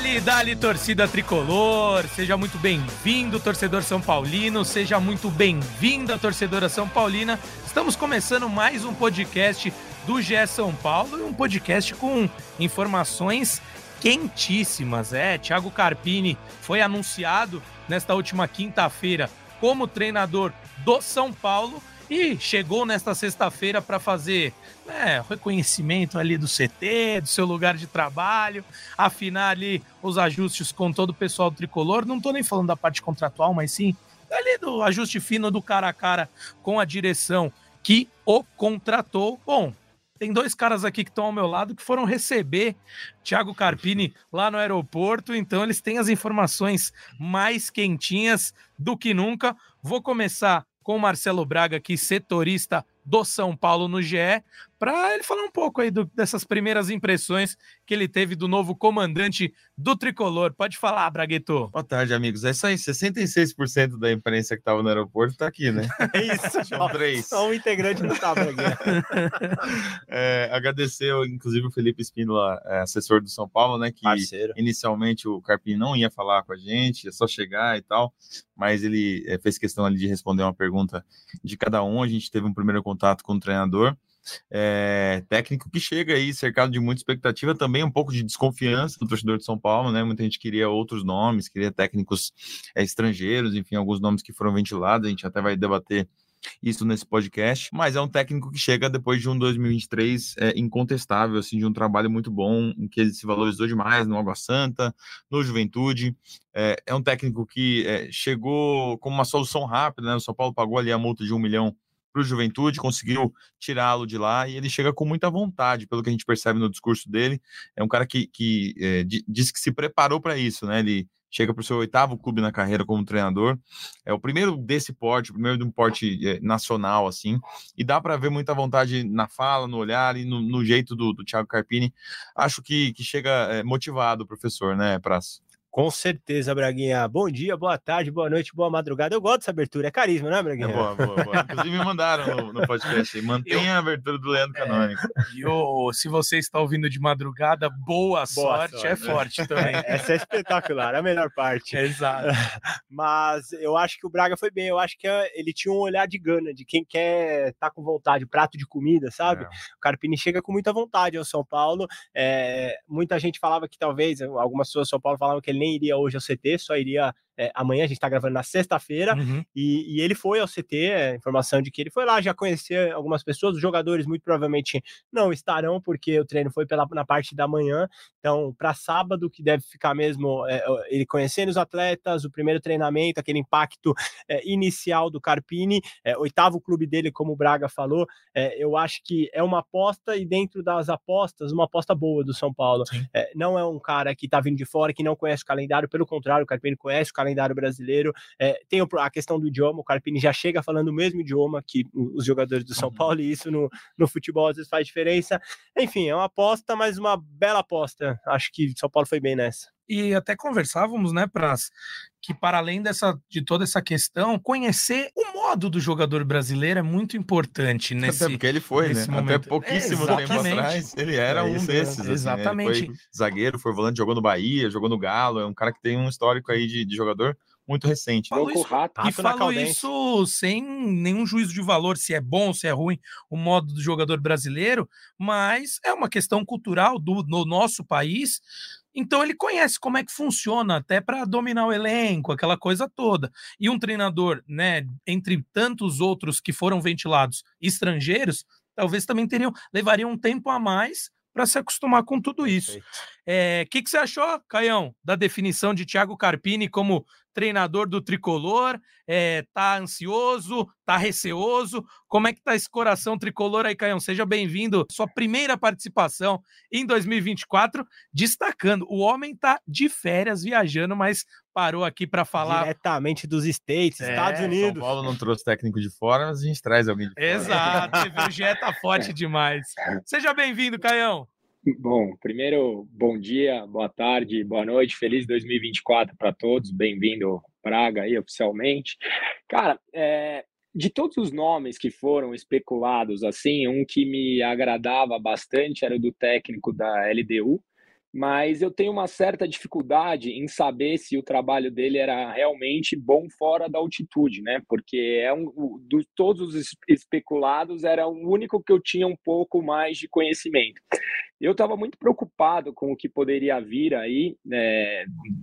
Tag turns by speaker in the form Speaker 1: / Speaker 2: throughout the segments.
Speaker 1: Dali, torcida tricolor, seja muito bem-vindo, torcedor São Paulino, seja muito bem-vinda, torcedora São Paulina. Estamos começando mais um podcast do GE São Paulo, um podcast com informações quentíssimas. Thiago Carpini foi anunciado nesta última quinta-feira como treinador do São Paulo e chegou nesta sexta-feira para fazer reconhecimento ali do CT, do seu lugar de trabalho, afinar ali os ajustes com todo o pessoal do tricolor. Não estou nem falando da parte contratual, mas sim ali do ajuste fino do cara a cara com a direção que o contratou. Bom, tem dois caras aqui que estão ao meu lado que foram receber Thiago Carpini lá no aeroporto, então eles têm as informações mais quentinhas do que nunca. Vou começar com o Marcelo Braga, aqui, setorista do São Paulo no GE, para ele falar um pouco aí dessas primeiras impressões que ele teve do novo comandante do Tricolor. Pode falar, Bragueto.
Speaker 2: Boa tarde, amigos. É isso aí, 66% da imprensa que estava no aeroporto está aqui, né?
Speaker 3: É isso,
Speaker 2: São 3.
Speaker 3: Só um integrante não estava aqui.
Speaker 2: Agradecer, inclusive, o Felipe Espíndola, assessor do São Paulo, né? Que
Speaker 3: parceiro.
Speaker 2: Inicialmente o Carpini não ia falar com a gente, é só chegar e tal, mas ele fez questão ali de responder uma pergunta de cada um. A gente teve um primeiro contato com o treinador. Técnico que chega aí cercado de muita expectativa, também um pouco de desconfiança do torcedor de São Paulo, né? Muita gente queria outros nomes, queria técnicos estrangeiros, enfim, alguns nomes que foram ventilados. A gente até vai debater isso nesse podcast, mas é um técnico que chega depois de um 2023 incontestável, assim, de um trabalho muito bom, em que ele se valorizou demais no Água Santa, no Juventude. É um técnico que chegou com uma solução rápida, né? O São Paulo pagou ali a multa de 1 milhão para o Juventude, conseguiu tirá-lo de lá, e ele chega com muita vontade, pelo que a gente percebe no discurso dele. É um cara que diz que se preparou para isso, né? Ele chega para o seu 8º clube na carreira como treinador, é o primeiro desse porte, o primeiro de um porte nacional, assim, e dá para ver muita vontade na fala, no olhar e no jeito do Thiago Carpini. Acho que chega motivado o professor, né, Praça?
Speaker 3: Com certeza, Braguinha. Bom dia, boa tarde, boa noite, boa madrugada. Eu gosto dessa abertura, é carisma, né, Braguinha?
Speaker 2: Boa. Inclusive me mandaram no podcast aí, mantenha a abertura do Leandro Canônico.
Speaker 1: Se você está ouvindo de madrugada, boa sorte. É forte também.
Speaker 3: Essa é espetacular, a melhor parte.
Speaker 1: Exato.
Speaker 3: Mas eu acho que o Braga foi bem, eu acho que ele tinha um olhar de gana, de quem quer estar com vontade, prato de comida, sabe? O Carpini chega com muita vontade ao São Paulo. Muita gente falava que talvez, algumas pessoas do São Paulo falavam que ele nem iria hoje ao CT, só iria amanhã. A gente tá gravando na sexta-feira, e ele foi ao CT, informação de que ele foi lá, já conhecer algumas pessoas. Os jogadores muito provavelmente não estarão, porque o treino foi na parte da manhã, então para sábado, que deve ficar mesmo ele conhecendo os atletas, o primeiro treinamento, aquele impacto inicial do Carpini, 8º clube dele, como o Braga falou. Eu acho que é uma aposta, e dentro das apostas, uma aposta boa do São Paulo. Não é um cara que tá vindo de fora, que não conhece o calendário, pelo contrário, o Carpini conhece o calendário brasileiro. Tem a questão do idioma, o Carpini já chega falando o mesmo idioma que os jogadores do São Paulo, e isso no futebol às vezes faz diferença. Enfim, é uma aposta, mas uma bela aposta. Acho que São Paulo foi bem nessa.
Speaker 1: E até conversávamos, né, Praz, que para além de toda essa questão, conhecer o modo do jogador brasileiro é muito importante nesse
Speaker 2: Até porque ele foi, né?
Speaker 1: momento.
Speaker 2: Até pouquíssimo tempo atrás, ele era um desses.
Speaker 1: Exatamente.
Speaker 2: Assim, né? Ele foi zagueiro, foi volante, jogou no Bahia, jogou no Galo. É um cara que tem um histórico aí de jogador muito recente.
Speaker 1: Falo isso sem nenhum juízo de valor, se é bom, se é ruim o modo do jogador brasileiro, mas é uma questão cultural no nosso país. Então ele conhece como é que funciona, até para dominar o elenco, aquela coisa toda. E um treinador, né, entre tantos outros que foram ventilados estrangeiros, talvez também levariam um tempo a mais para se acostumar com tudo isso. O que você achou, Caião, da definição de Thiago Carpini como treinador do Tricolor? Tá ansioso? Tá receoso? Como é que tá esse coração tricolor aí, Caião? Seja bem-vindo. Sua primeira participação em 2024, destacando. O homem tá de férias, viajando, mas parou aqui para falar
Speaker 3: diretamente dos States, Estados Unidos.
Speaker 2: São Paulo não trouxe técnico de fora, mas a gente traz alguém de fora.
Speaker 1: Exato, o GE tá forte demais. Seja bem-vindo, Caião.
Speaker 4: Bom, primeiro, bom dia, boa tarde, boa noite, feliz 2024 para todos, bem-vindo Braga aí oficialmente. Cara, de todos os nomes que foram especulados, assim, um que me agradava bastante era o do técnico da LDU, mas eu tenho uma certa dificuldade em saber se o trabalho dele era realmente bom fora da altitude, né? Porque de todos os especulados, era o único que eu tinha um pouco mais de conhecimento. Eu estava muito preocupado com o que poderia vir aí, né,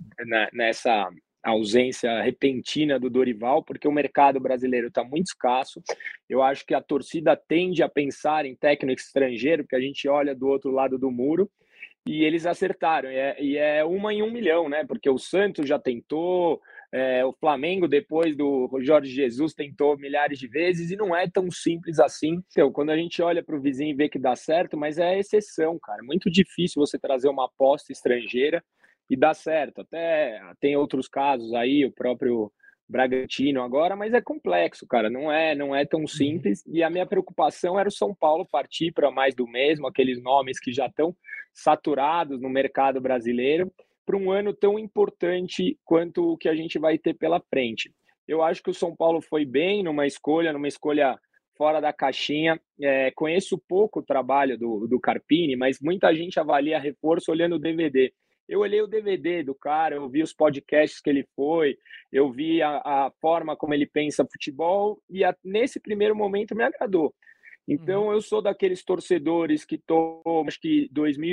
Speaker 4: nessa ausência repentina do Dorival, porque o mercado brasileiro está muito escasso. Eu acho que a torcida tende a pensar em técnico estrangeiro, porque a gente olha do outro lado do muro, e eles acertaram, e é 1 em 1 milhão, né? Porque o Santos já tentou, o Flamengo, depois do Jorge Jesus, tentou milhares de vezes, e não é tão simples assim. Então, quando a gente olha para o vizinho e vê que dá certo, mas é exceção, cara. É muito difícil você trazer uma aposta estrangeira e dar certo. Até tem outros casos aí, o próprio Bragantino agora, mas é complexo, cara, não é tão simples, e a minha preocupação era o São Paulo partir para mais do mesmo, aqueles nomes que já estão saturados no mercado brasileiro, para um ano tão importante quanto o que a gente vai ter pela frente. Eu acho que o São Paulo foi bem numa escolha fora da caixinha. Conheço pouco o trabalho do Carpini, mas muita gente avalia reforço olhando o DVD. Eu olhei o DVD do cara, eu vi os podcasts que ele foi, eu vi a forma como ele pensa futebol, e nesse primeiro momento me agradou. Então, eu sou daqueles torcedores que acho que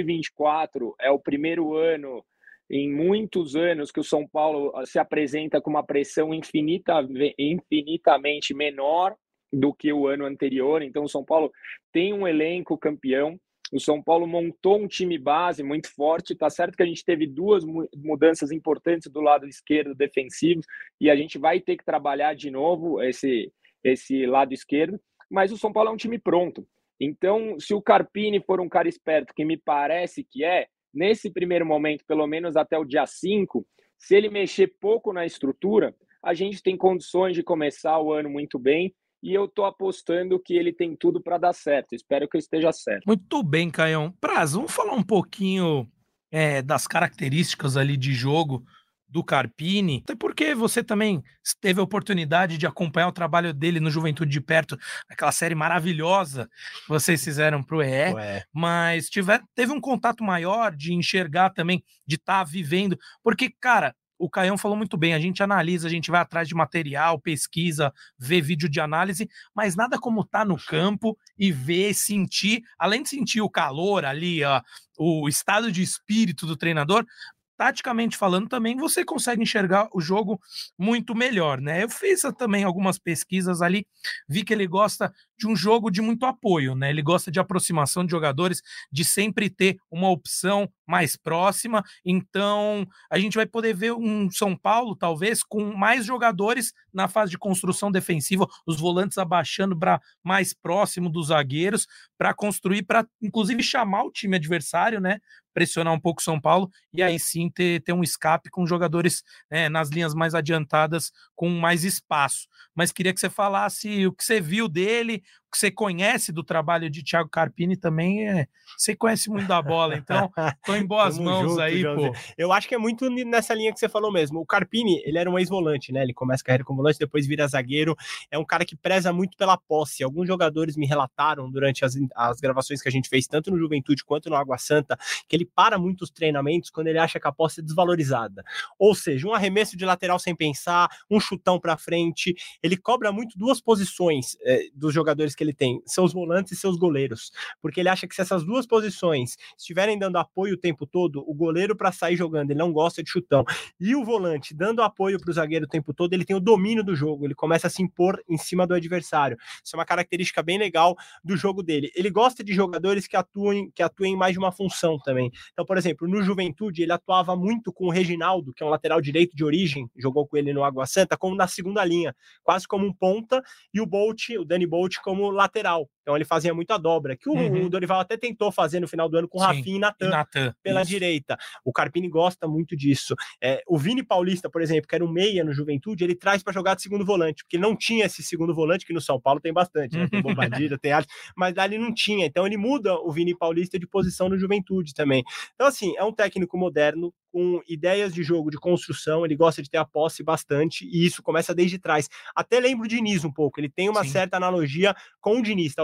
Speaker 4: 2024 é o primeiro ano em muitos anos que o São Paulo se apresenta com uma pressão infinitamente menor do que o ano anterior. Então, o São Paulo tem um elenco campeão. O São Paulo montou um time base muito forte. Tá certo que a gente teve 2 mudanças importantes do lado esquerdo defensivo, e a gente vai ter que trabalhar de novo esse lado esquerdo, mas o São Paulo é um time pronto. Então, se o Carpini for um cara esperto, que me parece que nesse primeiro momento, pelo menos até o dia 5, se ele mexer pouco na estrutura, a gente tem condições de começar o ano muito bem, e eu tô apostando que ele tem tudo para dar certo. Espero que eu esteja certo.
Speaker 1: Muito bem, Caião. Praz, vamos falar um pouquinho das características ali de jogo do Carpini, até porque você também teve a oportunidade de acompanhar o trabalho dele no Juventude de perto, aquela série maravilhosa que vocês fizeram pro EE, mas teve um contato maior de enxergar também, de estar vivendo, porque, cara, o Caião falou muito bem, a gente analisa, a gente vai atrás de material, pesquisa, vê vídeo de análise, mas nada como estar no campo e ver, sentir, além de sentir o calor ali, o estado de espírito do treinador, taticamente falando também, você consegue enxergar o jogo muito melhor, né? Eu fiz também algumas pesquisas ali, vi que ele gosta de um jogo de muito apoio, né? Ele gosta de aproximação de jogadores, de sempre ter uma opção mais próxima, então a gente vai poder ver um São Paulo, talvez, com mais jogadores na fase de construção defensiva, os volantes abaixando para mais próximo dos zagueiros, para construir, para inclusive chamar o time adversário, né? Pressionar um pouco o São Paulo e aí sim ter um escape com jogadores nas linhas mais adiantadas com mais espaço. Mas queria que você falasse o que você viu dele, o que você conhece do trabalho de Thiago Carpini também. Você conhece muito da bola, então tô em boas mãos junto, aí, José. Pô.
Speaker 3: Eu acho que é muito nessa linha que você falou mesmo. O Carpini, ele era um ex-volante, né? Ele começa a carreira como volante, depois vira zagueiro. É um cara que preza muito pela posse. Alguns jogadores me relataram durante as gravações que a gente fez, tanto no Juventude quanto no Água Santa, que ele para muitos treinamentos quando ele acha que a posse é desvalorizada. Ou seja, um arremesso de lateral sem pensar, um chutão pra frente. Ele cobra muito 2 posições dos jogadores que ele tem, seus volantes e seus goleiros. Porque ele acha que se essas 2 posições estiverem dando apoio o tempo todo, o goleiro para sair jogando, ele não gosta de chutão. E o volante dando apoio para o zagueiro o tempo todo, ele tem o domínio do jogo, ele começa a se impor em cima do adversário. Isso é uma característica bem legal do jogo dele. Ele gosta de jogadores que atuem em mais de uma função também. Então, por exemplo, no Juventude, ele atuava muito com o Reginaldo, que é um lateral direito de origem, jogou com ele no Água Santa, como na segunda linha, quase como um ponta, e o Dani Bolt como lateral. Então ele fazia muita dobra, que o Dorival até tentou fazer no final do ano com Rafinha e Natan pela direita. O Carpini gosta muito disso. O Vini Paulista, por exemplo, que era um meia no Juventude, ele traz para jogar de segundo volante, porque não tinha esse segundo volante, que no São Paulo tem bastante, né? Tem Bobadilha, tem Arte, mas ali não tinha. Então ele muda o Vini Paulista de posição no Juventude também. Então assim, é um técnico moderno, com ideias de jogo, de construção, ele gosta de ter a posse bastante, e isso começa desde trás. Até lembro o Diniz um pouco, ele tem uma certa analogia com o Diniz, talvez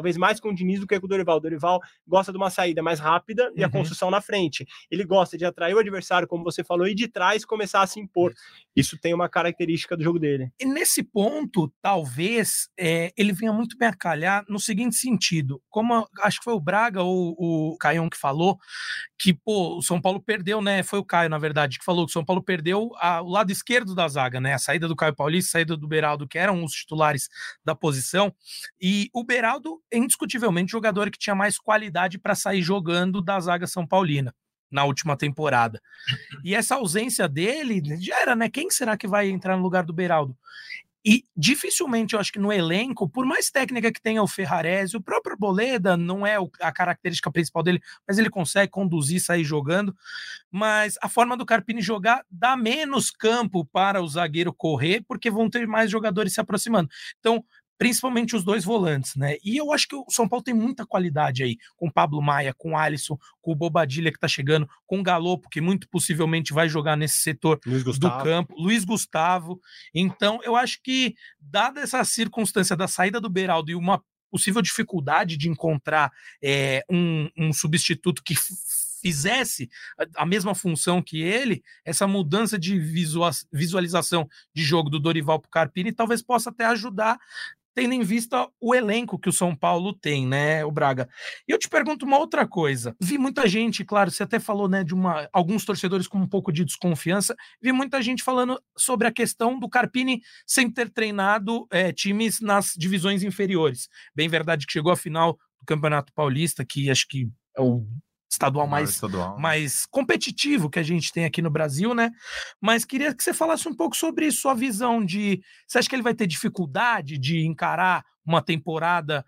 Speaker 3: talvez mais com o Diniz do que com o Dorival. O Dorival gosta de uma saída mais rápida e a construção na frente. Ele gosta de atrair o adversário, como você falou, e de trás começar a se impor. Isso tem uma característica do jogo dele.
Speaker 1: E nesse ponto, talvez, ele venha muito bem a calhar no seguinte sentido, como acho que foi o Braga ou o Caião que falou, que o São Paulo perdeu, né? Foi o Caio, na verdade, que falou que o São Paulo perdeu o lado esquerdo da zaga, né? A saída do Caio Paulista, a saída do Beraldo, que eram os titulares da posição, e o Beraldo, indiscutivelmente, jogador que tinha mais qualidade para sair jogando da zaga São Paulina na última temporada. E essa ausência dele já era, né? Quem será que vai entrar no lugar do Beraldo? E dificilmente, eu acho que no elenco, por mais técnica que tenha o Ferrarese, o próprio Arboleda não é a característica principal dele, mas ele consegue conduzir, sair jogando. Mas a forma do Carpini jogar dá menos campo para o zagueiro correr, porque vão ter mais jogadores se aproximando. Então, principalmente os dois volantes, né? E eu acho que o São Paulo tem muita qualidade aí, com o Pablo Maia, com o Alisson, com o Bobadilla que tá chegando, com o Galopo, que muito possivelmente vai jogar nesse setor do campo, Luiz Gustavo. Então, eu acho que, dada essa circunstância da saída do Beraldo e uma possível dificuldade de encontrar um substituto que fizesse a mesma função que ele, essa mudança de visualização de jogo do Dorival pro Carpini talvez possa até ajudar, tendo em vista o elenco que o São Paulo tem, né, o Braga? E eu te pergunto uma outra coisa. Vi muita gente, claro, você até falou, né, de alguns torcedores com um pouco de desconfiança, vi muita gente falando sobre a questão do Carpini sem ter treinado times nas divisões inferiores. Bem verdade que chegou à final do Campeonato Paulista, que acho que é o estadual mais competitivo que a gente tem aqui no Brasil, né? Mas queria que você falasse um pouco sobre sua visão de... Você acha que ele vai ter dificuldade de encarar uma temporada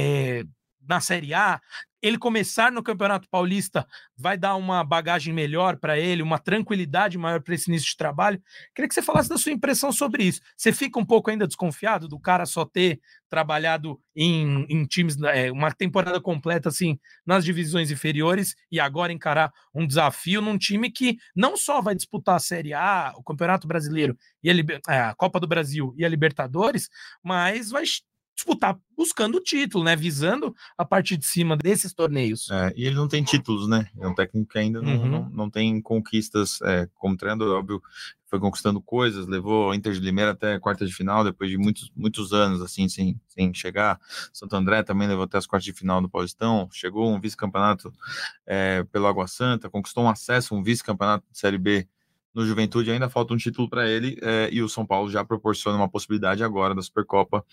Speaker 1: na Série A? Ele começar no Campeonato Paulista vai dar uma bagagem melhor para ele, uma tranquilidade maior para esse início de trabalho? Queria que você falasse da sua impressão sobre isso. Você fica um pouco ainda desconfiado do cara só ter trabalhado em times, uma temporada completa assim, nas divisões inferiores e agora encarar um desafio num time que não só vai disputar a Série A, o Campeonato Brasileiro e a Copa do Brasil e a Libertadores, mas vai disputar buscando o título, né? Visando a partir de cima desses torneios.
Speaker 2: E ele não tem títulos, né? É um técnico que ainda não tem conquistas como treinador, óbvio, foi conquistando coisas, levou a Inter de Limeira até a quarta de final, depois de muitos anos, assim, sem chegar. Santo André também levou até as quartas de final do Paulistão, chegou um vice-campeonato pelo Água Santa, conquistou um acesso, um vice-campeonato de Série B no Juventude, ainda falta um título para ele, e o São Paulo já proporciona uma possibilidade agora da Supercopa,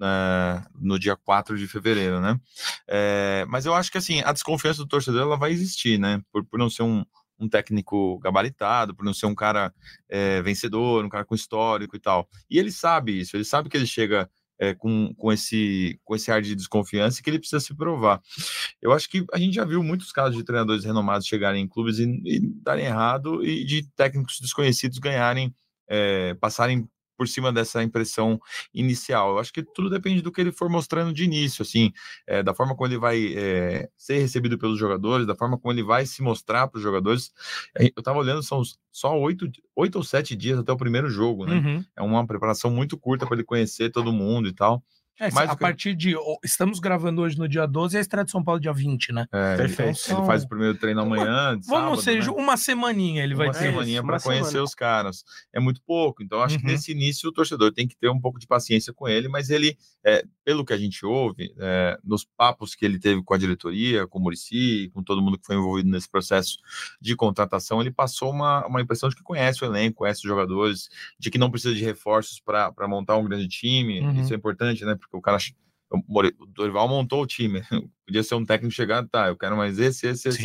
Speaker 2: no dia 4 de fevereiro, né? Mas eu acho que assim, a desconfiança do torcedor ela vai existir, né? Por não ser um técnico gabaritado, por não ser um cara vencedor, um cara com histórico e tal. E ele sabe isso, ele sabe que ele chega com esse ar de desconfiança e que ele precisa se provar. Eu acho que a gente já viu muitos casos de treinadores renomados chegarem em clubes e darem errado, e de técnicos desconhecidos ganharem, passarem por cima dessa impressão inicial. Eu acho que tudo depende do que ele for mostrando de início, assim, da forma como ele vai ser recebido pelos jogadores, da forma como ele vai se mostrar para os jogadores. Eu estava olhando, são só 8 ou 7 dias até o primeiro jogo, né? É uma preparação muito curta para ele conhecer todo mundo e tal.
Speaker 1: A partir de... Estamos gravando hoje no dia 12 e a estreia de São Paulo dia 20, né?
Speaker 2: Perfeito. Ele faz o primeiro treino amanhã,
Speaker 1: vamos ser, né? Uma semaninha ele vai ter.
Speaker 2: Uma semaninha para conhecer os caras. É muito pouco. Então, acho que nesse início o torcedor tem que ter um pouco de paciência com ele, mas ele, pelo que a gente ouve, nos papos que ele teve com a diretoria, com o Muricy, com todo mundo que foi envolvido nesse processo de contratação, ele passou uma impressão de que conhece o elenco, conhece os jogadores, de que não precisa de reforços para montar um grande time. Isso é importante, né? Porque o cara, o Dorival montou o time, podia ser um técnico chegar, eu quero mais esse.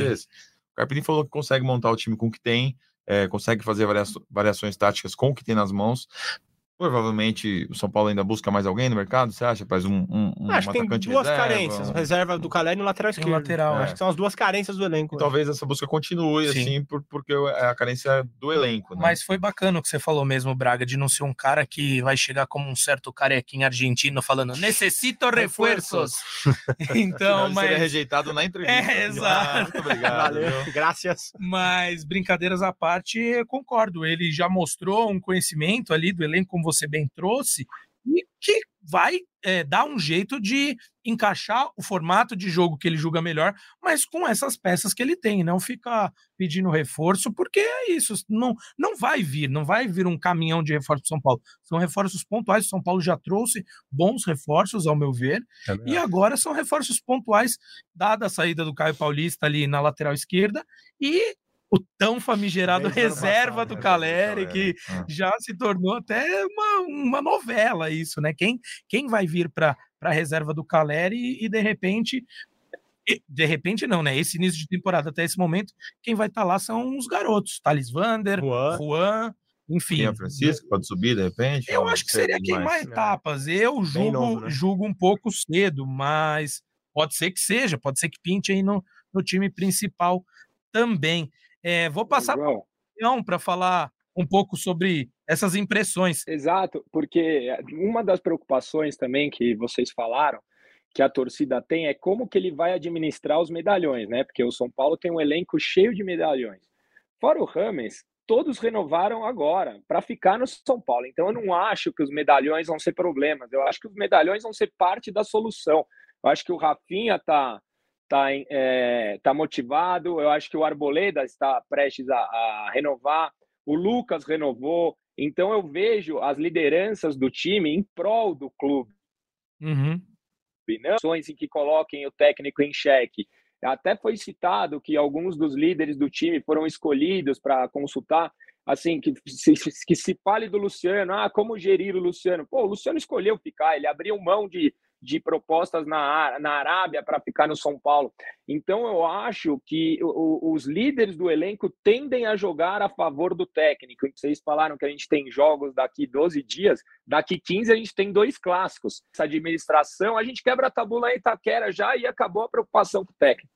Speaker 2: O Carpini falou que consegue montar o time com o que tem, consegue fazer variações táticas com o que tem nas mãos. Provavelmente o São Paulo ainda busca mais alguém no mercado, você acha? Faz um
Speaker 3: acho que tem duas carências, reserva do Caleri e no lateral esquerdo.
Speaker 1: Lateral,
Speaker 3: acho que são as duas carências do elenco.
Speaker 2: E talvez essa busca continue, assim, porque é a carência do elenco. Né?
Speaker 1: Mas foi bacana o que você falou mesmo, Braga, de não ser um cara que vai chegar como um certo carequinha argentino falando necessito reforços. Então,
Speaker 2: mas... seria rejeitado na entrevista.
Speaker 1: Exato.
Speaker 2: Muito obrigado.
Speaker 3: Valeu, graças.
Speaker 1: Mas, brincadeiras à parte, eu concordo. Ele já mostrou um conhecimento ali do elenco, como você bem trouxe, e que vai dar um jeito de encaixar o formato de jogo que ele julga melhor, mas com essas peças que ele tem, não ficar pedindo reforço, porque é isso, não vai vir um caminhão de reforço para São Paulo, são reforços pontuais, o São Paulo já trouxe bons reforços, ao meu ver, e agora são reforços pontuais, dada a saída do Caio Paulista ali na lateral esquerda, e o tão famigerado reserva do Caleri, que já se tornou até uma novela isso, né? Quem vai vir para a reserva do Caleri e de repente não, né? Esse início de temporada até esse momento, quem vai estar lá são os garotos, Thales Vander, Juan, enfim.
Speaker 2: Quem é Francisco? Pode subir de repente?
Speaker 1: Eu acho que seria queimar etapas. Eu julgo um pouco cedo, mas pode ser que seja, pode ser que pinte aí no time principal também. Vou passar para o João para falar um pouco sobre essas impressões.
Speaker 4: Exato, porque uma das preocupações também que vocês falaram, que a torcida tem, é como que ele vai administrar os medalhões, né? Porque o São Paulo tem um elenco cheio de medalhões. Fora o Rames, todos renovaram agora para ficar no São Paulo. Então eu não acho que os medalhões vão ser problemas. Eu acho que os medalhões vão ser parte da solução. Eu acho que o Rafinha tá motivado, eu acho que o Arboleda está prestes a renovar, o Lucas renovou, então eu vejo as lideranças do time em prol do clube, não em que coloquem o técnico em xeque. Até foi citado que alguns dos líderes do time foram escolhidos para consultar, assim, que se fale do Luciano, como gerir o Luciano. Pô, o Luciano escolheu ficar, ele abriu mão de propostas na Arábia para ficar no São Paulo. Então eu acho que os líderes do elenco tendem a jogar a favor do técnico. Vocês falaram que a gente tem jogos daqui 12 dias, daqui 15 a gente tem 2 clássicos. Essa administração, a gente quebra a tabula em Itaquera já e acabou a preocupação com o técnico.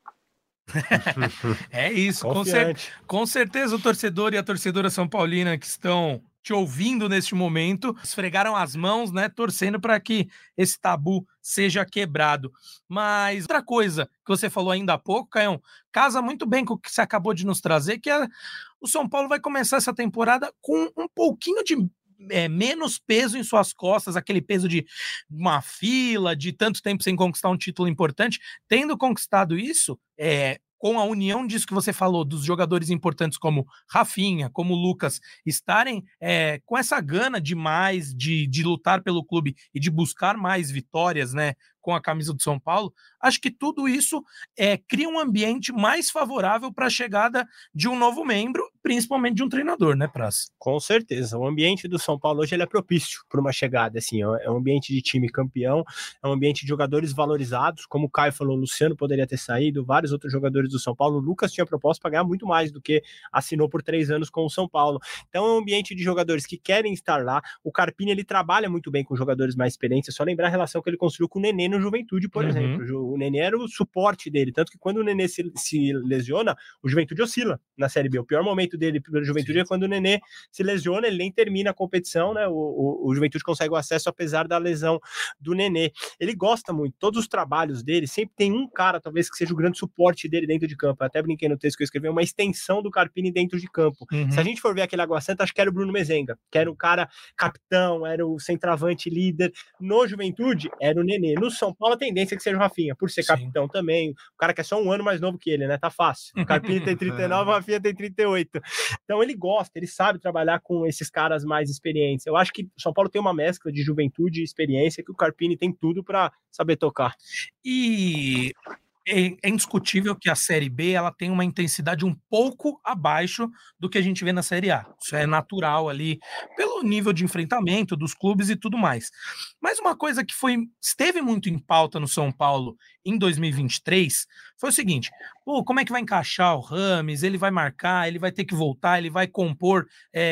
Speaker 1: É isso, com certeza o torcedor e a torcedora são paulina que estão te ouvindo neste momento, esfregaram as mãos, né, torcendo para que esse tabu seja quebrado. Mas outra coisa que você falou ainda há pouco, Caião, casa muito bem com o que você acabou de nos trazer, que o São Paulo vai começar essa temporada com um pouquinho de menos peso em suas costas, aquele peso de uma fila, de tanto tempo sem conquistar um título importante, tendo conquistado isso, com a união disso que você falou, dos jogadores importantes como Rafinha, como Lucas, estarem com essa gana de mais, de lutar pelo clube e de buscar mais vitórias, né, com a camisa do São Paulo, acho que tudo isso cria um ambiente mais favorável para a chegada de um novo membro, principalmente de um treinador, né, Praz?
Speaker 3: Com certeza, o ambiente do São Paulo hoje ele é propício para uma chegada, assim, é um ambiente de time campeão, é um ambiente de jogadores valorizados, como o Caio falou, o Luciano poderia ter saído, vários outros jogadores do São Paulo, o Lucas tinha proposta para ganhar muito mais do que assinou por 3 anos com o São Paulo, então é um ambiente de jogadores que querem estar lá, o Carpini ele trabalha muito bem com jogadores mais experientes, é só lembrar a relação que ele construiu com o Nenê no Juventude, por exemplo, o Nenê era o suporte dele, tanto que quando o Nenê se lesiona, o Juventude oscila na Série B, o pior momento dele pelo Juventude é quando o Nenê se lesiona, ele nem termina a competição, né? O Juventude consegue o acesso apesar da lesão do Nenê. Ele gosta muito, todos os trabalhos dele, sempre tem um cara, talvez que seja o grande suporte dele dentro de campo. Eu até brinquei no texto que eu escrevi, uma extensão do Carpini dentro de campo. Se a gente for ver aquele Água Santa, acho que era o Bruno Mezenga, que era o cara capitão, era o centroavante líder. No Juventude, era o Nenê. No São Paulo, a tendência é que seja o Rafinha, por ser capitão também. O cara que é só um ano mais novo que ele, né? Tá fácil. O Carpini tem 39, o Rafinha tem 38. Então ele gosta, ele sabe trabalhar com esses caras mais experientes. Eu acho que o São Paulo tem uma mescla de juventude e experiência que o Carpini tem tudo para saber tocar.
Speaker 1: E é indiscutível que a Série B ela tem uma intensidade um pouco abaixo do que a gente vê na Série A. Isso é natural ali, pelo nível de enfrentamento dos clubes e tudo mais. Mas uma coisa que esteve muito em pauta no São Paulo em 2023 foi o seguinte: como é que vai encaixar o Rames? Ele vai marcar, ele vai ter que voltar, ele vai compor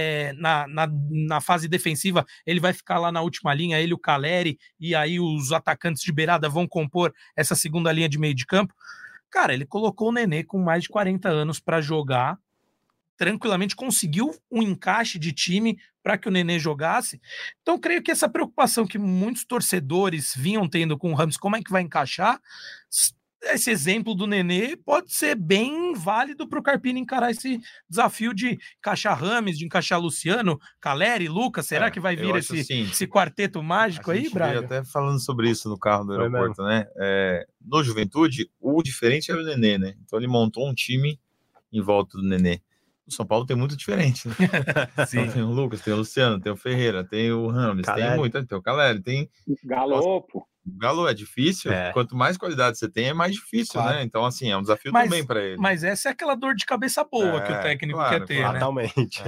Speaker 1: na fase defensiva, ele vai ficar lá na última linha, ele, o Caleri, e aí os atacantes de beirada vão compor essa segunda linha de meio de campo. Cara, ele colocou o Nenê com mais de 40 anos para jogar, tranquilamente conseguiu um encaixe de time para que o Nenê jogasse. Então, creio que essa preocupação que muitos torcedores vinham tendo com o Rames, como é que vai encaixar, esse exemplo do Nenê pode ser bem válido para o Carpini encarar esse desafio de encaixar Rames, de encaixar Luciano, Caleri, Lucas. Será que vai vir esse quarteto mágico aí, Braga?
Speaker 2: A gente veio até falando sobre isso no carro do aeroporto, né? No Juventude, o diferente era o Nenê, né? Então ele montou um time em volta do Nenê. O São Paulo tem muito diferente, né? Sim. Então, tem o Lucas, tem o Luciano, tem o Ferreira, tem o Rames, tem o Caleri, tem
Speaker 4: Galo, pô.
Speaker 2: Galo é difícil, quanto mais qualidade você tem, é mais difícil, né? Então, assim, é um desafio também para ele.
Speaker 1: Mas essa é aquela dor de cabeça boa que o técnico quer ter, né?
Speaker 3: Totalmente.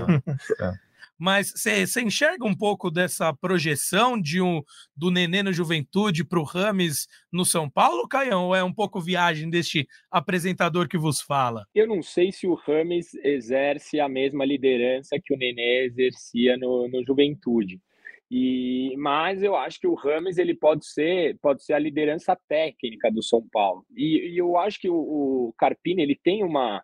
Speaker 1: Mas você enxerga um pouco dessa projeção do Nenê no Juventude para o Rames no São Paulo, Caião? Ou é um pouco viagem deste apresentador que vos fala?
Speaker 4: Eu não sei se o Rames exerce a mesma liderança que o Nenê exercia no Juventude. Mas eu acho que o Rames ele pode ser a liderança técnica do São Paulo. E eu acho que o Carpini ele tem uma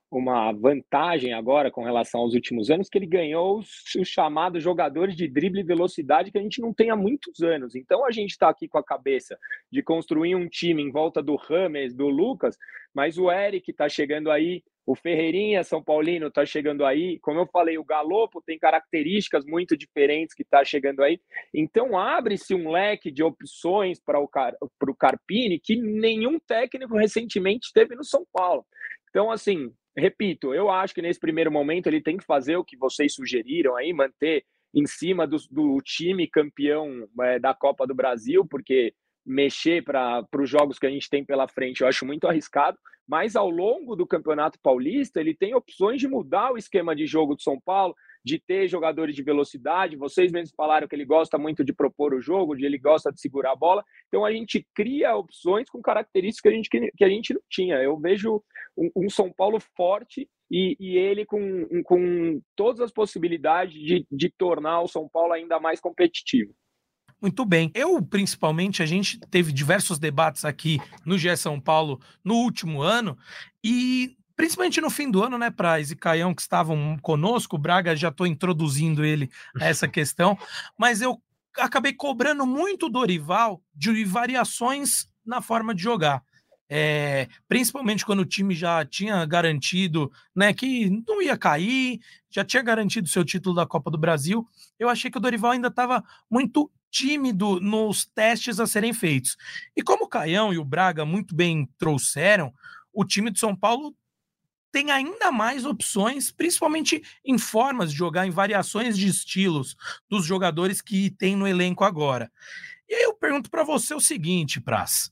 Speaker 4: vantagem agora com relação aos últimos anos, que ele ganhou os chamados jogadores de drible e velocidade que a gente não tem há muitos anos. Então a gente está aqui com a cabeça de construir um time em volta do Rames, do Lucas, mas o Eric está chegando aí, o Ferreirinha, São Paulino, está chegando aí. Como eu falei, o Galopo tem características muito diferentes que está chegando aí. Então abre-se um leque de opções para o Carpini que nenhum técnico recentemente teve no São Paulo. Então, assim, repito, eu acho que nesse primeiro momento ele tem que fazer o que vocês sugeriram aí, manter em cima do time campeão da Copa do Brasil, porque mexer para os jogos que a gente tem pela frente eu acho muito arriscado, mas ao longo do Campeonato Paulista ele tem opções de mudar o esquema de jogo do São Paulo, de ter jogadores de velocidade. Vocês mesmos falaram que ele gosta muito de propor o jogo, ele gosta de segurar a bola, então a gente cria opções com características que a gente não tinha. Eu vejo um São Paulo forte e ele com todas as possibilidades de tornar o São Paulo ainda mais competitivo.
Speaker 1: Muito bem. Principalmente, a gente teve diversos debates aqui no GE São Paulo no último ano e principalmente no fim do ano, né, Praz e Caião, que estavam conosco, o Braga, já estou introduzindo ele a essa questão, mas eu acabei cobrando muito o Dorival de variações na forma de jogar. Principalmente quando o time já tinha garantido, né, que não ia cair, já tinha garantido seu título da Copa do Brasil, eu achei que o Dorival ainda estava muito tímido nos testes a serem feitos. E como o Caião e o Braga muito bem trouxeram, o time do São Paulo tem ainda mais opções, principalmente em formas de jogar, em variações de estilos dos jogadores que tem no elenco agora. E aí eu pergunto para você o seguinte, Praz.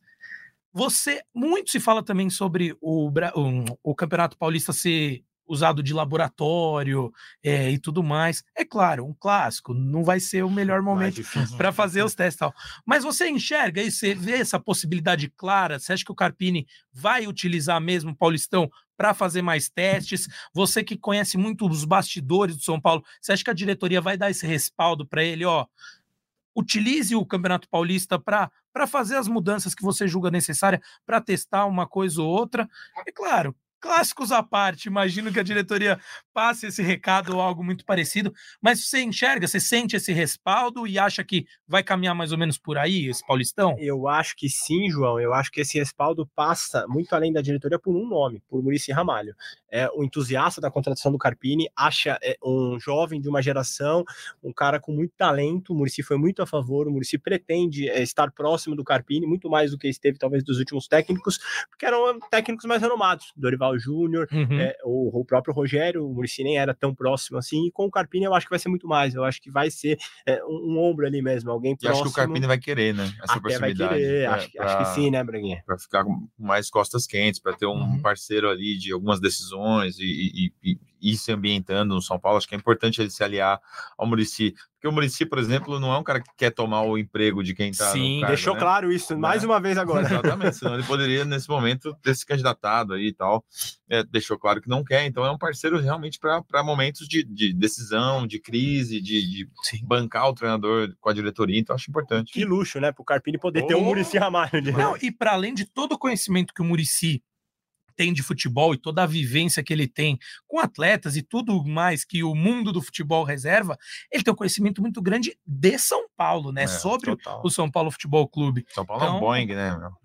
Speaker 1: Muito se fala também sobre o Campeonato Paulista ser usado de laboratório e tudo mais. É claro, um clássico, não vai ser o melhor momento para fazer os testes e tal. Mas você enxerga isso, você vê essa possibilidade clara? Você acha que o Carpini vai utilizar mesmo o Paulistão para fazer mais testes? Você que conhece muito os bastidores do São Paulo, você acha que a diretoria vai dar esse respaldo para ele, utilize o Campeonato Paulista para fazer as mudanças que você julga necessária, para testar uma coisa ou outra? É claro, clássicos à parte, imagino que a diretoria passe esse recado ou algo muito parecido, mas você enxerga, você sente esse respaldo e acha que vai caminhar mais ou menos por aí, esse Paulistão?
Speaker 3: Eu acho que sim, João, eu acho que esse respaldo passa muito além da diretoria por um nome, por Muricy Ramalho. O entusiasta da contratação do Carpini acha um jovem de uma geração, um cara com muito talento. O Muricy foi muito a favor, o Muricy pretende estar próximo do Carpini, muito mais do que esteve talvez dos últimos técnicos, porque eram técnicos mais renomados, Dorival Júnior, o próprio Rogério. O Muricy nem era tão próximo assim, e com o Carpini eu acho que vai ser muito mais, eu acho que vai ser um ombro ali mesmo, alguém próximo.
Speaker 2: E acho que o Carpini vai querer, né, essa proximidade.
Speaker 3: Vai querer, acho que sim, né, Braguinha?
Speaker 2: Para ficar com mais costas quentes, para ter um parceiro ali de algumas decisões e ir se ambientando no São Paulo. Acho que é importante ele se aliar ao Muricy, porque o Muricy, por exemplo, não é um cara que quer tomar o emprego de quem está no cargo,
Speaker 3: deixou claro isso, mais uma vez agora.
Speaker 2: Exatamente, senão ele poderia, nesse momento, ter se candidatado aí e tal. Deixou claro que não quer, então é um parceiro realmente para momentos de decisão, de crise, de bancar o treinador com a diretoria, então acho importante.
Speaker 3: Que luxo, né, para o Carpini poder ter um Muricy Ramalho.
Speaker 1: Não, e para além de todo o conhecimento que o Muricy tem de futebol e toda a vivência que ele tem com atletas e tudo mais que o mundo do futebol reserva, ele tem um conhecimento muito grande de São Paulo, né? Sobre o São Paulo Futebol Clube.
Speaker 2: São Paulo é um Boeing, né, meu?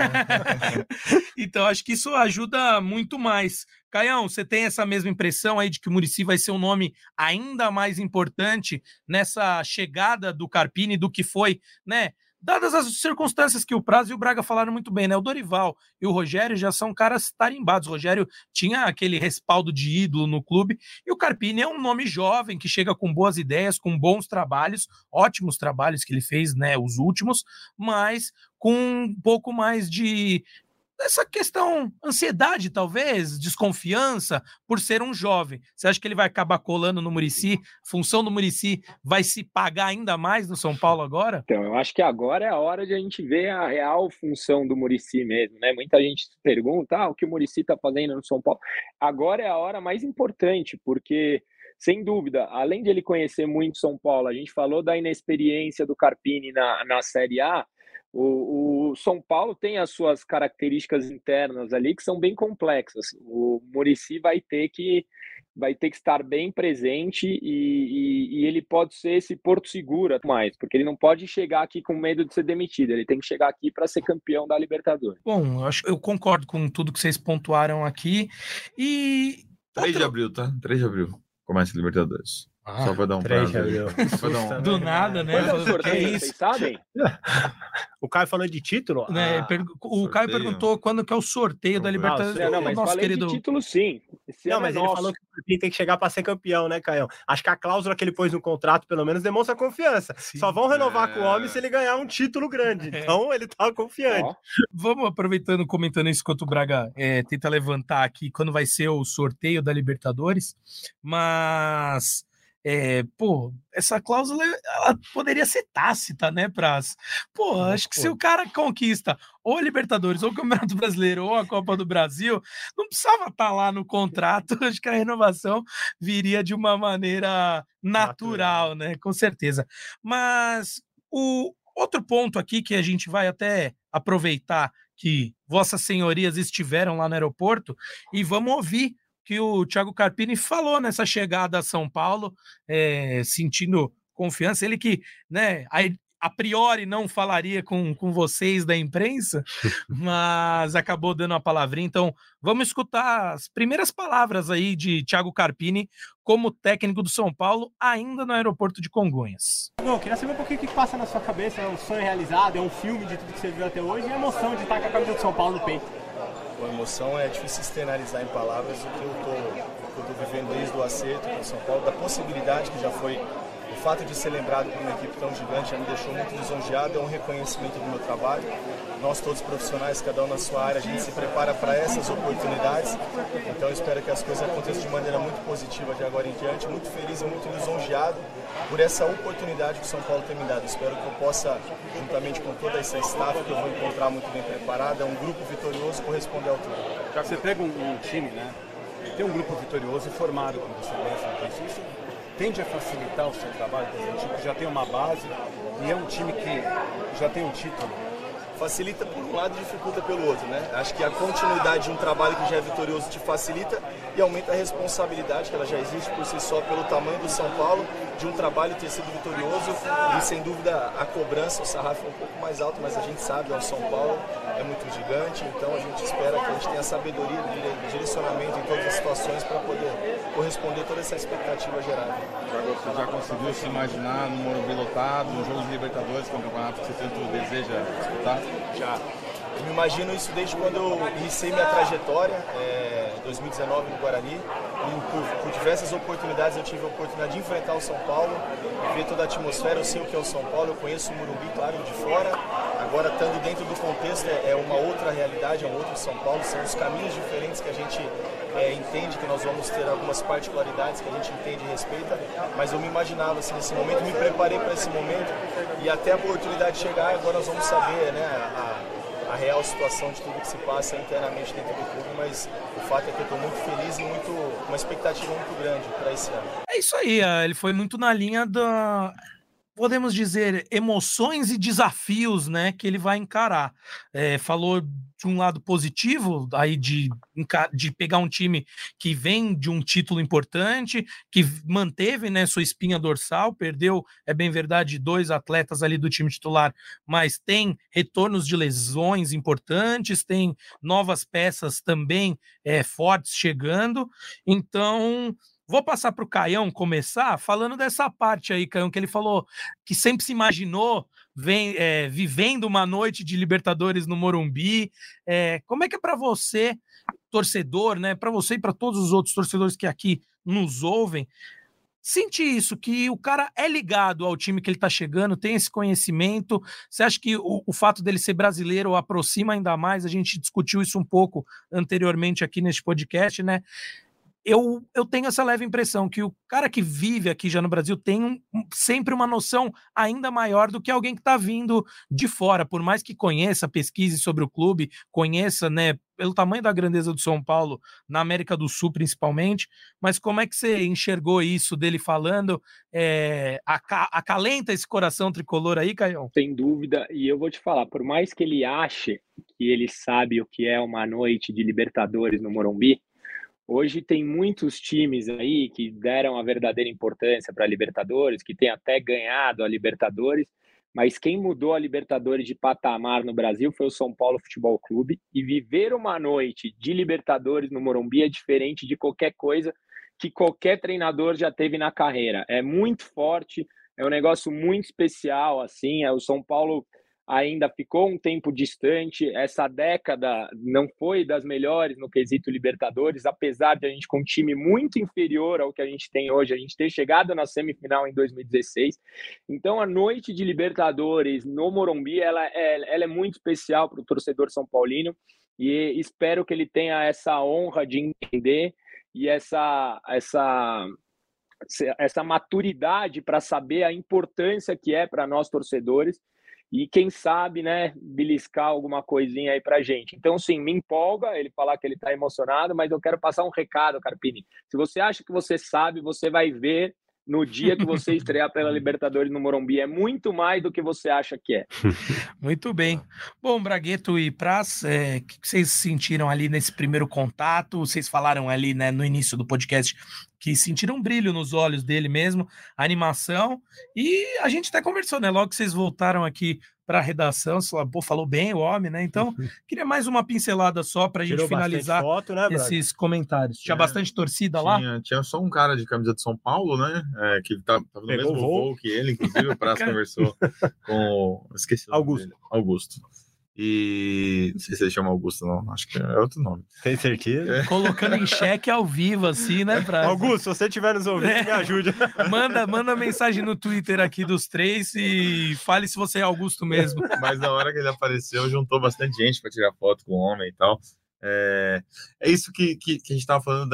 Speaker 1: Então, acho que isso ajuda muito mais. Caião, você tem essa mesma impressão aí de que o Muricy vai ser um nome ainda mais importante nessa chegada do Carpini do que foi, né? Dadas as circunstâncias que o Praz e o Braga falaram muito bem, né? O Dorival e o Rogério já são caras tarimbados. O Rogério tinha aquele respaldo de ídolo no clube e o Carpini é um nome jovem que chega com boas ideias, com bons trabalhos, ótimos trabalhos que ele fez, né? Os últimos, mas com um pouco mais de essa questão, ansiedade talvez, desconfiança, por ser um jovem. Você acha que ele vai acabar colando no Muricy? A função do Muricy vai se pagar ainda mais no São Paulo agora?
Speaker 4: Então, eu acho que agora é a hora de a gente ver a real função do Muricy mesmo, né? Muita gente se pergunta, o que o Muricy está fazendo no São Paulo. Agora é a hora mais importante, porque, sem dúvida, além de ele conhecer muito São Paulo, a gente falou da inexperiência do Carpini na Série A. O São Paulo tem as suas características internas ali que são bem complexas. O Muricy vai ter que estar bem presente e ele pode ser esse porto seguro mais, porque ele não pode chegar aqui com medo de ser demitido, ele tem que chegar aqui para ser campeão da Libertadores.
Speaker 1: Bom, eu concordo com tudo que vocês pontuaram aqui. E
Speaker 2: 3 de abril, tá? 3 de abril começa a Libertadores. Só pra dar um prazo.
Speaker 1: Do nada, né?
Speaker 4: Quando é o sorteio, vocês sabem?
Speaker 3: O Caio falou de título?
Speaker 1: O Caio perguntou quando que é o sorteio da Libertadores.
Speaker 4: Não, mas falei de título, sim.
Speaker 3: Mas ele falou que o Carpini tem que chegar para ser campeão, né, Caio? Acho que a cláusula que ele pôs no contrato, pelo menos, demonstra confiança. Sim. Só vão renovar com o homem se ele ganhar um título grande. Então, ele tá confiante.
Speaker 1: Vamos aproveitando, comentando isso, enquanto o Braga tenta levantar aqui quando vai ser o sorteio da Libertadores. Mas... essa cláusula ela poderia ser tácita, né, Praz? Acho que se o cara conquista ou a Libertadores, ou o Campeonato Brasileiro, ou a Copa do Brasil, não precisava estar lá no contrato. Acho que a renovação viria de uma maneira natural, né? Com certeza. Mas o outro ponto aqui que a gente vai até aproveitar que vossas senhorias estiveram lá no aeroporto e vamos ouvir que o Thiago Carpini falou nessa chegada a São Paulo, sentindo confiança. Ele que, né, a priori não falaria com vocês da imprensa, mas acabou dando uma palavrinha. Então, vamos escutar as primeiras palavras aí de Thiago Carpini como técnico do São Paulo, ainda no aeroporto de Congonhas.
Speaker 3: Bom, queria saber um pouquinho o que passa na sua cabeça. É um sonho realizado, é um filme de tudo que você viu até hoje e a emoção de estar com a camisa do São Paulo no peito.
Speaker 5: A emoção é difícil externalizar em palavras o que eu estou vivendo desde o acerto com o São Paulo, da possibilidade que já foi. O fato de ser lembrado por uma equipe tão gigante já me deixou muito lisonjeado, é um reconhecimento do meu trabalho. Nós todos profissionais, cada um na sua área, a gente se prepara para essas oportunidades. Então eu espero que as coisas aconteçam de maneira muito positiva de agora em diante. Muito feliz e muito lisonjeado por essa oportunidade que o São Paulo tem me dado. Espero que eu possa, juntamente com toda essa staff que eu vou encontrar muito bem preparada, um grupo vitorioso, corresponder à altura.
Speaker 6: Já que você pega um time, né? Tem um grupo vitorioso e formado, como você pensa, isso tende a facilitar o seu trabalho, porque é um time que já tem uma base e é um time que já tem um título.
Speaker 5: Facilita por um lado e dificulta pelo outro, né? Acho que a continuidade de um trabalho que já é vitorioso te facilita e aumenta a responsabilidade, que ela já existe por si só pelo tamanho do São Paulo, de um trabalho ter sido vitorioso e, sem dúvida, a cobrança, o sarrafo é um pouco mais alto, mas a gente sabe, o São Paulo é muito gigante, então a gente espera que a gente tenha sabedoria de direcionamento em todas as situações para poder corresponder a toda essa expectativa gerada.
Speaker 2: Você já conseguiu se imaginar no Morumbi lotado, no jogo de Libertadores, que é um campeonato que você tanto deseja disputar?
Speaker 5: Já. Eu me imagino isso desde quando eu iniciei minha trajetória, 2019 no Guarani, e por diversas oportunidades eu tive a oportunidade de enfrentar o São Paulo, ver toda a atmosfera, eu sei o que é o São Paulo, eu conheço o Morumbi, claro, de fora, agora estando dentro do contexto é uma outra realidade, é um outro São Paulo, são os caminhos diferentes que a gente entende que nós vamos ter algumas particularidades que a gente entende e respeita, mas eu me imaginava assim, nesse momento, me preparei para esse momento e até a oportunidade chegar, agora nós vamos saber, né, a real situação de tudo que se passa internamente dentro do clube, mas o fato é que eu estou muito feliz e uma expectativa muito grande para esse ano.
Speaker 1: É isso aí, ele foi muito na linha podemos dizer, emoções e desafios, né, que ele vai encarar. Falou de um lado positivo, aí de pegar um time que vem de um título importante, que manteve, né, sua espinha dorsal, perdeu, é bem verdade, 2 atletas ali do time titular, mas tem retornos de lesões importantes, tem novas peças também fortes chegando, então... Vou passar para o Caião começar falando dessa parte aí, Caião, que ele falou que sempre se imaginou vivendo uma noite de Libertadores no Morumbi. Como é que é para você, torcedor, né? Para você e para todos os outros torcedores que aqui nos ouvem, sentir isso, que o cara é ligado ao time que ele está chegando, tem esse conhecimento. Você acha que o fato dele ser brasileiro o aproxima ainda mais? A gente discutiu isso um pouco anteriormente aqui neste podcast, né? Eu tenho essa leve impressão que o cara que vive aqui já no Brasil tem sempre uma noção ainda maior do que alguém que está vindo de fora, por mais que conheça, pesquise sobre o clube, conheça, né, pelo tamanho da grandeza do São Paulo, na América do Sul principalmente, mas como é que você enxergou isso dele falando? Acalenta esse coração tricolor aí, Caião?
Speaker 4: Sem dúvida, e eu vou te falar, por mais que ele ache que ele sabe o que é uma noite de Libertadores no Morumbi, hoje tem muitos times aí que deram a verdadeira importância para a Libertadores, que tem até ganhado a Libertadores, mas quem mudou a Libertadores de patamar no Brasil foi o São Paulo Futebol Clube, e viver uma noite de Libertadores no Morumbi é diferente de qualquer coisa que qualquer treinador já teve na carreira. É muito forte, é um negócio muito especial, assim, o São Paulo ainda ficou um tempo distante, essa década não foi das melhores no quesito Libertadores, apesar de a gente com um time muito inferior ao que a gente tem hoje, a gente ter chegado na semifinal em 2016, então a noite de Libertadores no Morumbi, ela é muito especial para o torcedor são paulino, e espero que ele tenha essa honra de entender e essa maturidade para saber a importância que é para nós torcedores, e quem sabe, né, beliscar alguma coisinha aí pra gente. Então, sim, me empolga ele falar que ele tá emocionado, mas eu quero passar um recado, Carpini. Se você acha que você sabe, você vai ver no dia que você estrear pela Libertadores no Morumbi. É muito mais do que você acha que é.
Speaker 1: Muito bem. Bom, Bragueto e Praz, o que vocês sentiram ali nesse primeiro contato? Vocês falaram ali, né, no início do podcast que sentiram um brilho nos olhos dele mesmo, a animação, e a gente até conversou, né? Logo que vocês voltaram aqui para a redação, você falou, falou bem o homem, né? Então, queria mais uma pincelada só para a gente finalizar
Speaker 3: foto, né,
Speaker 1: esses comentários. Tinha bastante torcida lá?
Speaker 2: Tinha só um cara de camisa de São Paulo, né? Que tava no mesmo voo que ele, inclusive o Praz conversou com... Esqueci o nome dele. Augusto. E não sei se ele chama Augusto, não. Acho que é outro nome.
Speaker 3: Tem certeza?
Speaker 1: Colocando em xeque ao vivo, assim, né?
Speaker 3: Augusto, se você estiver nos ouvindo, me ajude.
Speaker 1: Manda mensagem no Twitter aqui dos três e fale se você é Augusto mesmo.
Speaker 2: Mas na hora que ele apareceu, juntou bastante gente para tirar foto com o homem e tal. É isso que a gente estava falando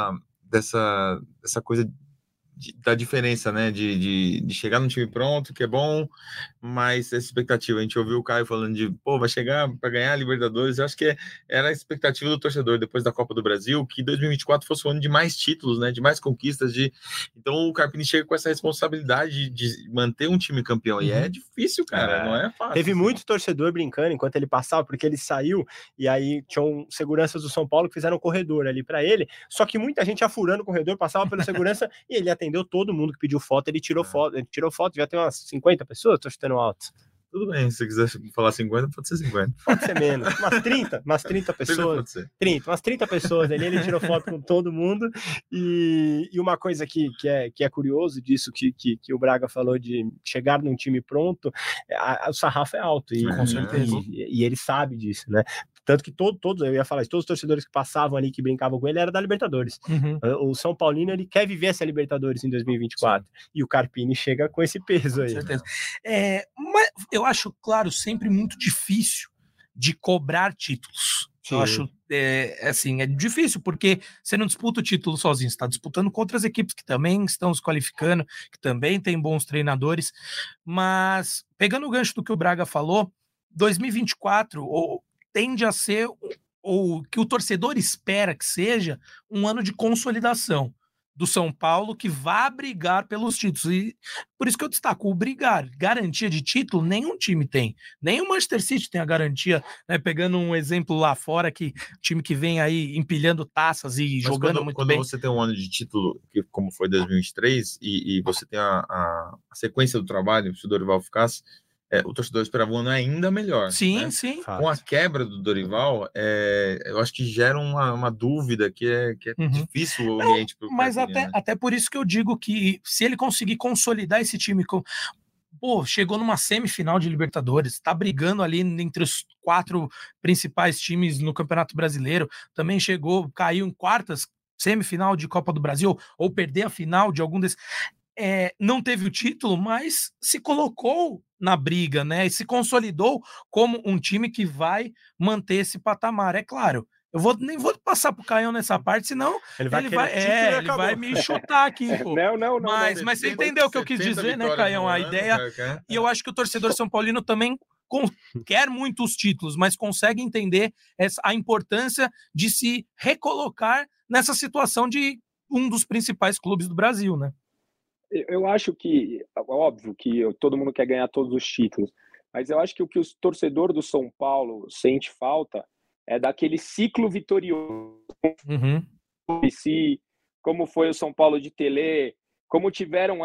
Speaker 2: dessa coisa da diferença, né, de chegar num time pronto, que é bom, mas essa expectativa, a gente ouviu o Caio falando de, vai chegar para ganhar a Libertadores, eu acho que era a expectativa do torcedor, depois da Copa do Brasil, que 2024 fosse o ano de mais títulos, né, de mais conquistas, então o Carpini chega com essa responsabilidade de manter um time campeão, e é difícil, cara, não é fácil.
Speaker 3: Teve muito torcedor brincando enquanto ele passava, porque ele saiu, e aí tinham seguranças do São Paulo que fizeram um corredor ali para ele, só que muita gente ia furando o corredor, passava pela segurança, e ele atendeu todo mundo que pediu foto, ele tirou foto, já tem umas 50 pessoas, tô chutando alto.
Speaker 2: Tudo bem, se você quiser falar 50, pode ser 50.
Speaker 3: Pode ser menos, umas 30 pessoas. 30 pessoas ali, ele tirou foto com todo mundo, e uma coisa que é curioso disso, que o Braga falou de chegar num time pronto, o sarrafo é alto,
Speaker 1: com certeza.
Speaker 3: E ele sabe disso, né? Tanto que todos, eu ia falar isso, todos os torcedores que passavam ali, que brincavam com ele, era da Libertadores. O São Paulino, ele quer viver essa Libertadores em 2024. Sim. E o Carpini chega com esse peso aí.
Speaker 1: Com certeza. Mas eu acho, claro, sempre muito difícil de cobrar títulos. Sim. Eu acho, é difícil, porque você não disputa o título sozinho, você está disputando com outras equipes que também estão se qualificando, que também têm bons treinadores. Mas, pegando o gancho do que o Braga falou, 2024... tende a ser, ou que o torcedor espera que seja, um ano de consolidação. do São Paulo que vá brigar pelos títulos. E por isso que eu destaco o brigar. Garantia de título, nenhum time tem. Nem o Manchester City tem a garantia, né? Pegando um exemplo lá fora, que time que vem aí empilhando taças e jogando muito bem.
Speaker 2: Quando você tem um ano de título, como foi 2023, e você tem a sequência do trabalho, se o Dorival ficasse, o torcedor esperava um ano ainda melhor.
Speaker 1: Sim,
Speaker 2: né?
Speaker 1: sim.
Speaker 2: Com a quebra do Dorival, eu acho que gera uma dúvida que é difícil o ambiente para o
Speaker 1: Mas
Speaker 2: Carpini, né?
Speaker 1: até por isso que eu digo que se ele conseguir consolidar esse time chegou numa semifinal de Libertadores, tá brigando ali entre os 4 principais times no Campeonato Brasileiro, também caiu em quartas, semifinal de Copa do Brasil, ou perder a final de algum desses. Não teve o título, mas se colocou na briga, né? E se consolidou como um time que vai manter esse patamar. É claro, nem vou passar pro Caião nessa parte, senão ele vai me chutar aqui, pô.
Speaker 4: Não.
Speaker 1: Mas você entendeu o que eu quis dizer, né, Caião? A ideia. E eu acho que o torcedor São Paulino também quer muito os títulos, mas consegue entender a importância de se recolocar nessa situação de um dos principais clubes do Brasil, né?
Speaker 4: Eu acho que, óbvio que todo mundo quer ganhar todos os títulos, mas eu acho que o que o torcedor do São Paulo sente falta é daquele ciclo vitorioso.
Speaker 1: Uhum.
Speaker 4: Como foi o São Paulo de Telê, como tiveram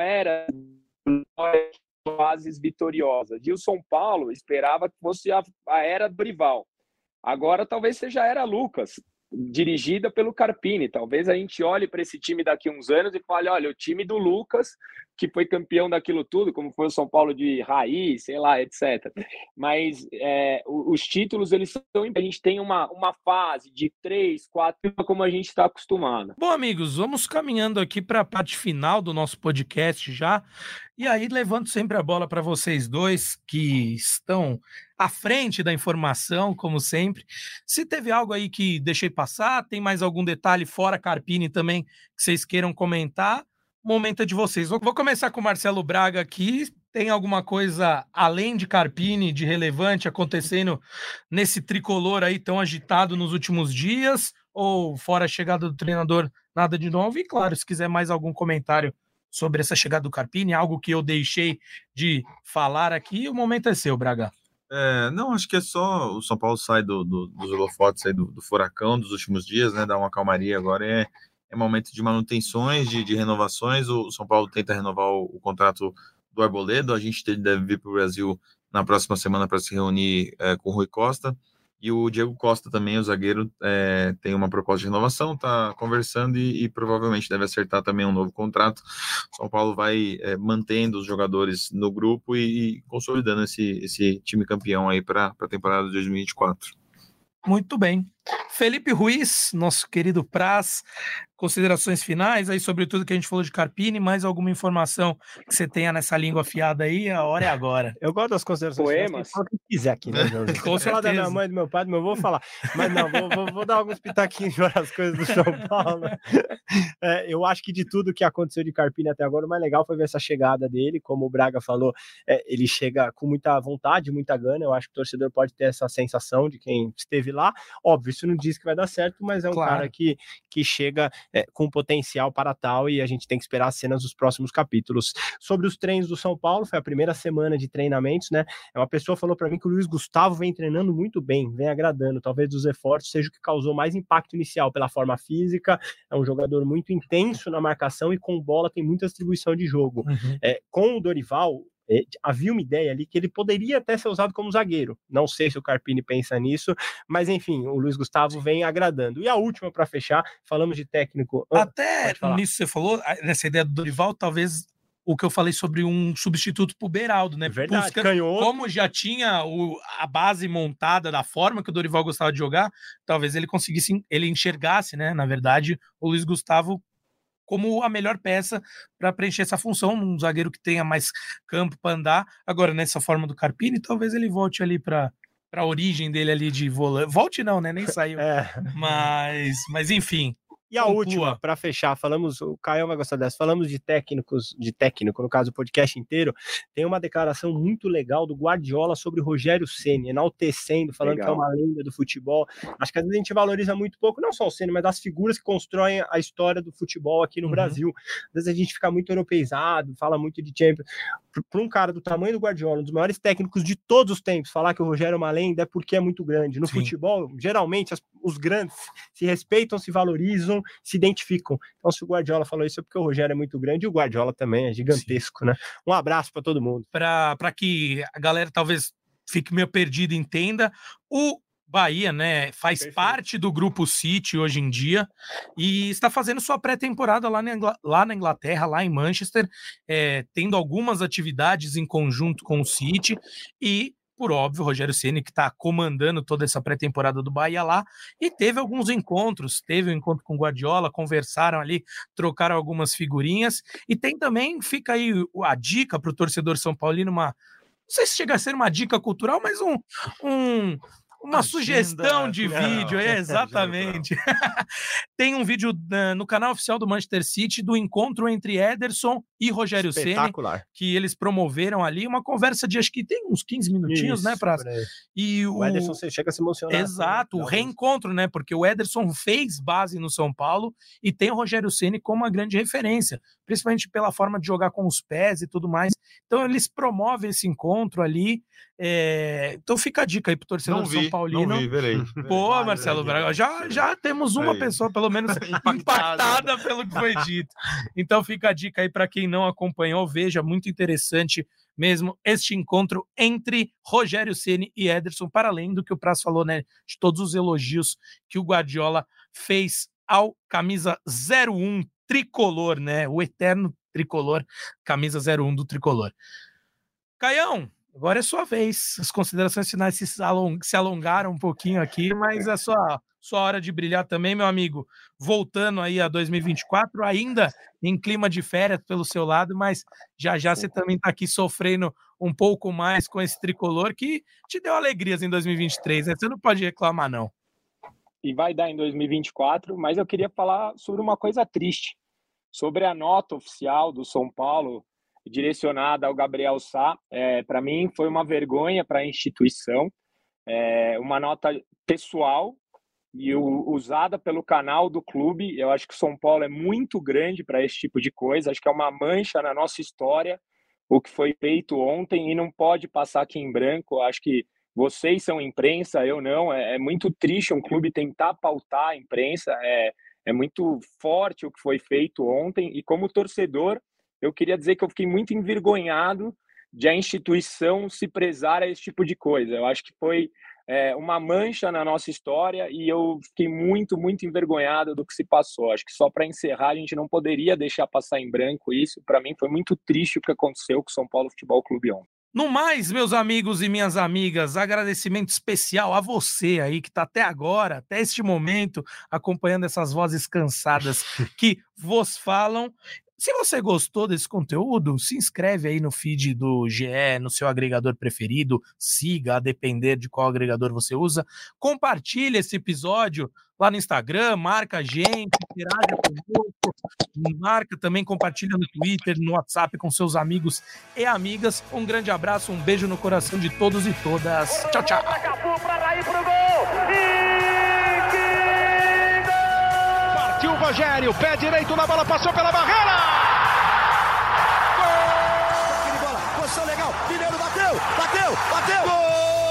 Speaker 4: fases vitoriosas. E o São Paulo esperava que fosse a era do Dorival. Agora talvez seja a era Lucas, dirigida pelo Carpini. Talvez a gente olhe para esse time daqui a uns anos e fale, olha, o time do Lucas, que foi campeão daquilo tudo, como foi o São Paulo de raiz, sei lá, etc. Mas os títulos, eles são... A gente tem uma fase de 3, 4, como a gente está acostumado.
Speaker 1: Bom, amigos, vamos caminhando aqui para a parte final do nosso podcast já. E aí, levanto sempre a bola para vocês dois, que estão à frente da informação, como sempre. Se teve algo aí que deixei passar, tem mais algum detalhe fora Carpini também que vocês queiram comentar, momento é de vocês. Vou começar com o Marcelo Braga aqui. Tem alguma coisa além de Carpini, de relevante, acontecendo nesse tricolor aí tão agitado nos últimos dias? Ou fora a chegada do treinador, nada de novo? E claro, se quiser mais algum comentário sobre essa chegada do Carpini, algo que eu deixei de falar aqui, o momento é seu, Braga.
Speaker 2: Não, acho que é só o São Paulo sai dos holofotes aí do furacão dos últimos dias, né? Dá uma calmaria agora, é momento de manutenções, de renovações. O São Paulo tenta renovar o contrato do Arboleda. A gente deve vir para o Brasil na próxima semana para se reunir com o Rui Costa. E o Diego Costa também, o zagueiro, tem uma proposta de renovação, está conversando e provavelmente deve acertar também um novo contrato. São Paulo vai mantendo os jogadores no grupo e consolidando esse time campeão aí para a temporada de 2024.
Speaker 1: Muito bem. Felipe Ruiz, nosso querido Praz, considerações finais aí sobre tudo que a gente falou de Carpini, mais alguma informação que você tenha nessa língua afiada aí, a hora é agora.
Speaker 3: Eu gosto das considerações
Speaker 4: poemas.
Speaker 3: Finais, que quiser aqui, né?
Speaker 1: Com
Speaker 3: falar da minha mãe, do meu pai, do meu avô, falar. Mas não, vou dar alguns pitaquinhos de várias coisas do São Paulo. Eu acho que de tudo que aconteceu de Carpini até agora, o mais legal foi ver essa chegada dele, como o Braga falou, ele chega com muita vontade, muita gana. Eu acho que o torcedor pode ter essa sensação de quem esteve lá. Óbvio, isso não diz que vai dar certo, mas é um cara que chega com potencial para tal, e a gente tem que esperar as cenas dos próximos capítulos. Sobre os treinos do São Paulo, foi a primeira semana de treinamentos, né? Uma pessoa falou para mim que o Luiz Gustavo vem treinando muito bem, vem agradando, talvez dos esforços seja o que causou mais impacto inicial pela forma física. É um jogador muito intenso na marcação e com bola tem muita distribuição de jogo. Com o Dorival, havia uma ideia ali que ele poderia até ser usado como zagueiro. Não sei se o Carpini pensa nisso, mas enfim, o Luiz Gustavo vem agradando. E a última para fechar, falamos de técnico.
Speaker 1: Até nisso você falou, nessa ideia do Dorival, talvez o que eu falei sobre um substituto pro Beraldo, né?
Speaker 3: Verdade, canhoto.
Speaker 1: Como já tinha a base montada da forma que o Dorival gostava de jogar, talvez ele conseguisse, ele enxergasse, né? Na verdade, o Luiz Gustavo como a melhor peça para preencher essa função, um zagueiro que tenha mais campo para andar. Agora, nessa forma do Carpini, talvez ele volte ali para a origem dele ali de volante. Volte não, né? Nem saiu. Mas enfim.
Speaker 3: E a última, para fechar, o Caio vai gostar dessa, falamos de técnico, no caso o podcast inteiro, tem uma declaração muito legal do Guardiola sobre o Rogério Ceni, enaltecendo, falando que é uma lenda do futebol. Acho que às vezes a gente valoriza muito pouco, não só o Ceni, mas as figuras que constroem a história do futebol aqui no Brasil. Às vezes a gente fica muito europeizado, fala muito de Champions. Para um cara do tamanho do Guardiola, um dos maiores técnicos de todos os tempos, falar que o Rogério é uma lenda é porque é muito grande. No futebol, geralmente, os grandes se respeitam, se valorizam, se identificam. Então, se o Guardiola falou isso é porque o Rogério é muito grande e o Guardiola também é gigantesco, né? Um abraço para todo mundo.
Speaker 1: Para que a galera talvez fique meio perdida e entenda, o Bahia, né, faz parte do Grupo City hoje em dia e está fazendo sua pré-temporada lá na Inglaterra, lá em Manchester, tendo algumas atividades em conjunto com o City e, por óbvio, o Rogério Ceni que está comandando toda essa pré-temporada do Bahia lá e teve alguns encontros, teve um encontro com o Guardiola, conversaram ali, trocaram algumas figurinhas e tem também, fica aí a dica para o torcedor São Paulino, não sei se chega a ser uma dica cultural, mas uma sugestão de vídeo, exatamente. Tem um vídeo no canal oficial do Manchester City do encontro entre Ederson e Rogério Ceni, que eles promoveram ali, uma conversa de acho que tem uns 15 minutinhos, né?
Speaker 3: E o Ederson chega a se emocionar.
Speaker 1: Exato, o reencontro, né? Porque o Ederson fez base no São Paulo e tem o Rogério Ceni como uma grande referência, principalmente pela forma de jogar com os pés e tudo mais. Então eles promovem esse encontro ali. Então fica a dica aí pro torcedor São Paulino.
Speaker 2: Não vi, verei.
Speaker 1: Pô, Marcelo Braga, já temos uma pessoa, pelo menos, impactada pelo que foi dito. Então fica a dica aí para quem não acompanhou, veja, muito interessante mesmo este encontro entre Rogério Ceni e Ederson, para além do que o Praz falou, né, de todos os elogios que o Guardiola fez ao camisa 01 tricolor, né, o eterno tricolor, camisa 01 do tricolor. Caião, agora é sua vez. As considerações finais se alongaram um pouquinho aqui, mas é sua hora de brilhar também, meu amigo. Voltando aí a 2024, ainda em clima de férias pelo seu lado, mas já você também está aqui sofrendo um pouco mais com esse tricolor que te deu alegrias em 2023, né? Você não pode reclamar, não.
Speaker 4: E vai dar em 2024, mas eu queria falar sobre uma coisa triste, sobre a nota oficial do São Paulo, direcionada ao Gabriel Sá. Para mim foi uma vergonha para a instituição, uma nota pessoal e usada pelo canal do clube. Eu acho que o São Paulo é muito grande para esse tipo de coisa, acho que é uma mancha na nossa história o que foi feito ontem e não pode passar aqui em branco. Acho que vocês são imprensa, eu não. É muito triste um clube tentar pautar a imprensa, é muito forte o que foi feito ontem e como torcedor eu queria dizer que eu fiquei muito envergonhado de a instituição se prezar a esse tipo de coisa. Eu acho que foi uma mancha na nossa história e eu fiquei muito, muito envergonhado do que se passou. Acho que só para encerrar, a gente não poderia deixar passar em branco isso. Para mim foi muito triste o que aconteceu com o São Paulo Futebol Clube ontem.
Speaker 1: No mais, meus amigos e minhas amigas, agradecimento especial a você aí que está até agora, até este momento, acompanhando essas vozes cansadas que vos falam. Se você gostou desse conteúdo, se inscreve aí no feed do GE, no seu agregador preferido, siga, a depender de qual agregador você usa, compartilha esse episódio lá no Instagram, marca a gente, interaja conosco, marca também, compartilha no Twitter, no WhatsApp com seus amigos e amigas. Um grande abraço, um beijo no coração de todos e todas. Tchau, tchau.
Speaker 7: Partiu o Rogério, pé direito na bola, passou pela barreira! Gol! Posição legal, Mineiro bateu! Gol!